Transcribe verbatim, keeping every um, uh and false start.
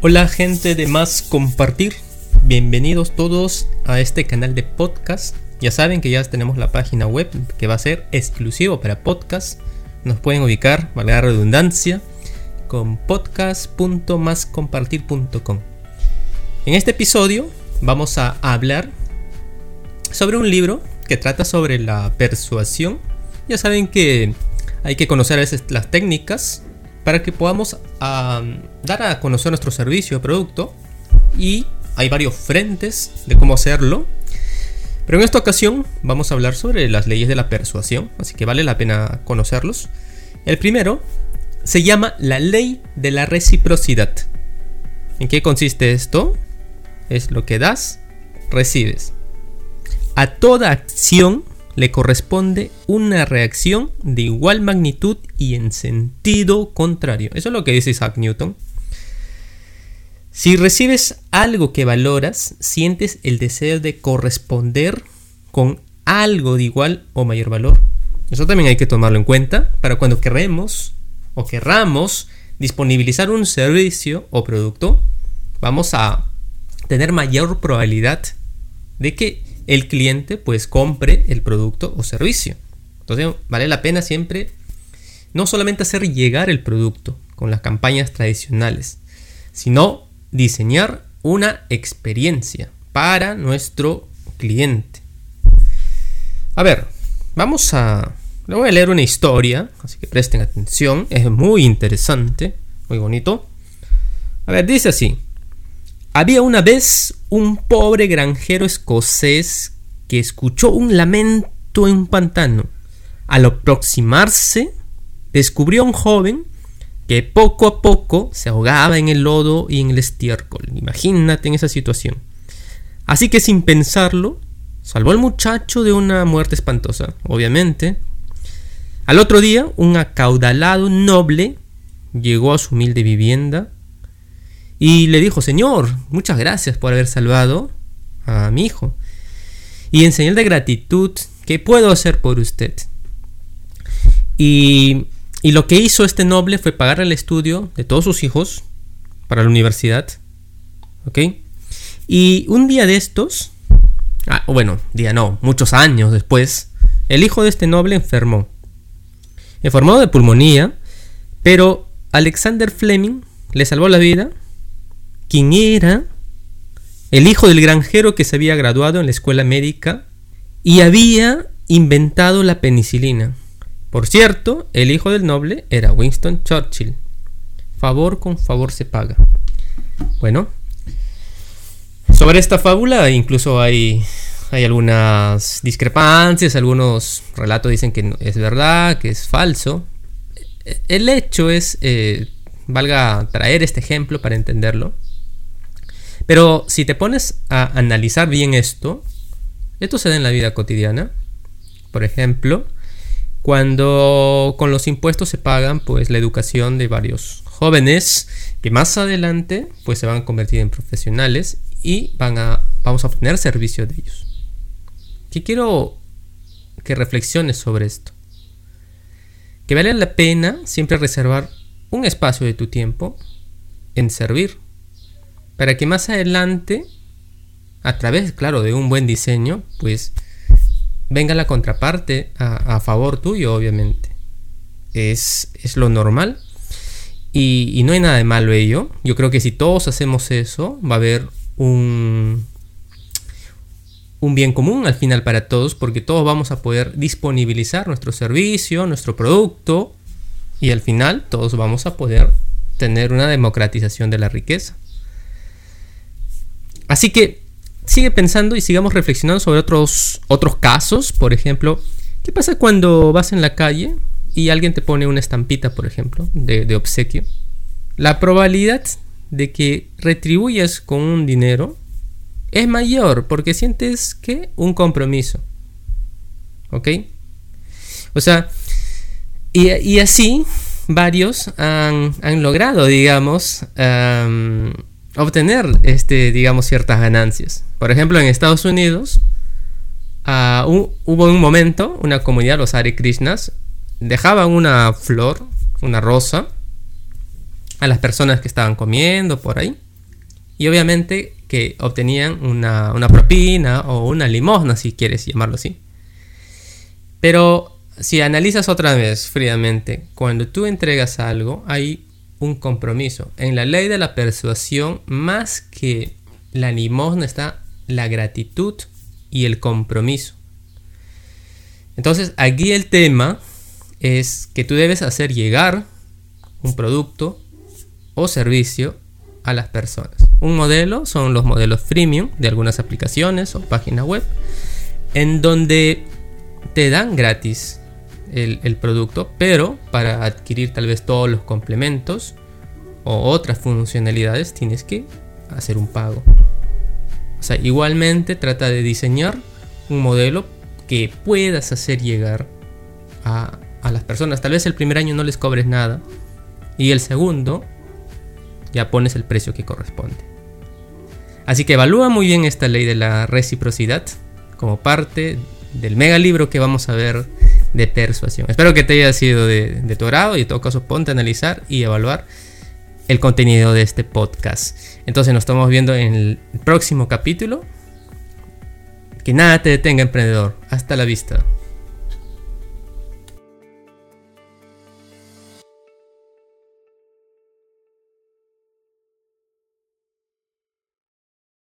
Hola gente de Más Compartir, bienvenidos todos a este canal de podcast. Ya saben que ya tenemos la página web que va a ser exclusivo para podcast. Nos pueden ubicar, valga la redundancia, con podcast punto más compartir punto com. En este episodio vamos a hablar sobre un libro que trata sobre la persuasión. Ya saben que hay que conocer a veces las técnicas para que podamos uh, dar a conocer nuestro servicio o producto, y hay varios frentes de cómo hacerlo. Pero en esta ocasión vamos a hablar sobre las leyes de la persuasión, así que vale la pena conocerlos. El primero se llama la ley de la reciprocidad. ¿En qué consiste esto? Es lo que das, recibes. A toda acción le corresponde una reacción de igual magnitud y en sentido contrario. Eso es lo que dice Isaac Newton. Si recibes algo que valoras, sientes el deseo de corresponder con algo de igual o mayor valor. Eso también hay que tomarlo en cuenta para cuando queremos o querramos disponibilizar un servicio o producto, vamos a tener mayor probabilidad de que el cliente pues compre el producto o servicio. Entonces vale la pena siempre no solamente hacer llegar el producto con las campañas tradicionales, sino diseñar una experiencia para nuestro cliente. A ver, vamos a... le voy a leer una historia, así que presten atención, es muy interesante, muy bonito. A ver, dice así: había una vez un pobre granjero escocés que escuchó un lamento en un pantano. Al aproximarse, descubrió a un joven que poco a poco se ahogaba en el lodo y en el estiércol. Imagínate en esa situación. Así que sin pensarlo, salvó al muchacho de una muerte espantosa, obviamente. Al otro día, un acaudalado noble llegó a su humilde vivienda y le dijo: Señor, muchas gracias por haber salvado a mi hijo. Y en señal de gratitud, ¿qué puedo hacer por usted? Y, y lo que hizo este noble fue pagar el estudio de todos sus hijos para la universidad. ¿Ok? Y un día de estos, ah, bueno, día no, muchos años después, el hijo de este noble enfermó. Enfermó de pulmonía, pero Alexander Fleming le salvó la vida. ¿Quién era? El hijo del granjero que se había graduado en la escuela médica y había inventado la penicilina. Por cierto, el hijo del noble era Winston Churchill. Favor con favor se paga. Bueno, sobre esta fábula incluso hay, hay algunas discrepancias. Algunos relatos dicen que no es verdad, que es falso. El hecho es, eh, valga traer este ejemplo para entenderlo. Pero si te pones a analizar bien esto, esto se da en la vida cotidiana. Por ejemplo, cuando con los impuestos se pagan pues la educación de varios jóvenes que más adelante pues se van a convertir en profesionales y van a, vamos a obtener servicio de ellos. ¿Qué quiero que reflexiones sobre esto? Que vale la pena siempre reservar un espacio de tu tiempo en servir, para que más adelante, a través, claro, de un buen diseño, pues venga la contraparte a, a favor tuyo, obviamente. Es, es lo normal y, y no hay nada de malo ello. Yo creo que si todos hacemos eso, va a haber un, un bien común al final para todos, porque todos vamos a poder disponibilizar nuestro servicio, nuestro producto, y al final todos vamos a poder tener una democratización de la riqueza. Así que sigue pensando y sigamos reflexionando sobre otros, otros casos. Por ejemplo, ¿qué pasa cuando vas en la calle y alguien te pone una estampita, por ejemplo, de, de obsequio? La probabilidad de que retribuyas con un dinero es mayor porque sientes que un compromiso. ¿Ok? O sea, y, y así varios han, han logrado, digamos, um, obtener este, digamos, ciertas ganancias. Por ejemplo, en Estados Unidos uh, un, hubo un momento, una comunidad, los Hare Krishnas, dejaban una flor, una rosa, a las personas que estaban comiendo por ahí, y obviamente que obtenían una, una propina o una limosna, si quieres llamarlo así. Pero si analizas otra vez fríamente, cuando tú entregas algo hay un compromiso. En la ley de la persuasión, más que la limosna está la gratitud y el compromiso. Entonces aquí el tema es que tú debes hacer llegar un producto o servicio a las personas. Un modelo son los modelos freemium de algunas aplicaciones o páginas web, en donde te dan gratis el, el producto, pero para adquirir tal vez todos los complementos o otras funcionalidades tienes que hacer un pago. O sea, igualmente trata de diseñar un modelo que puedas hacer llegar a, a las personas. Tal vez el primer año no les cobres nada y el segundo ya pones el precio que corresponde. Así que evalúa muy bien esta ley de la reciprocidad como parte del mega libro que vamos a ver de persuasión. Espero que te haya sido de, de tu agrado y en todo caso ponte a analizar y evaluar el contenido de este podcast. Entonces nos estamos viendo en el próximo capítulo. Que nada te detenga, emprendedor. Hasta la vista.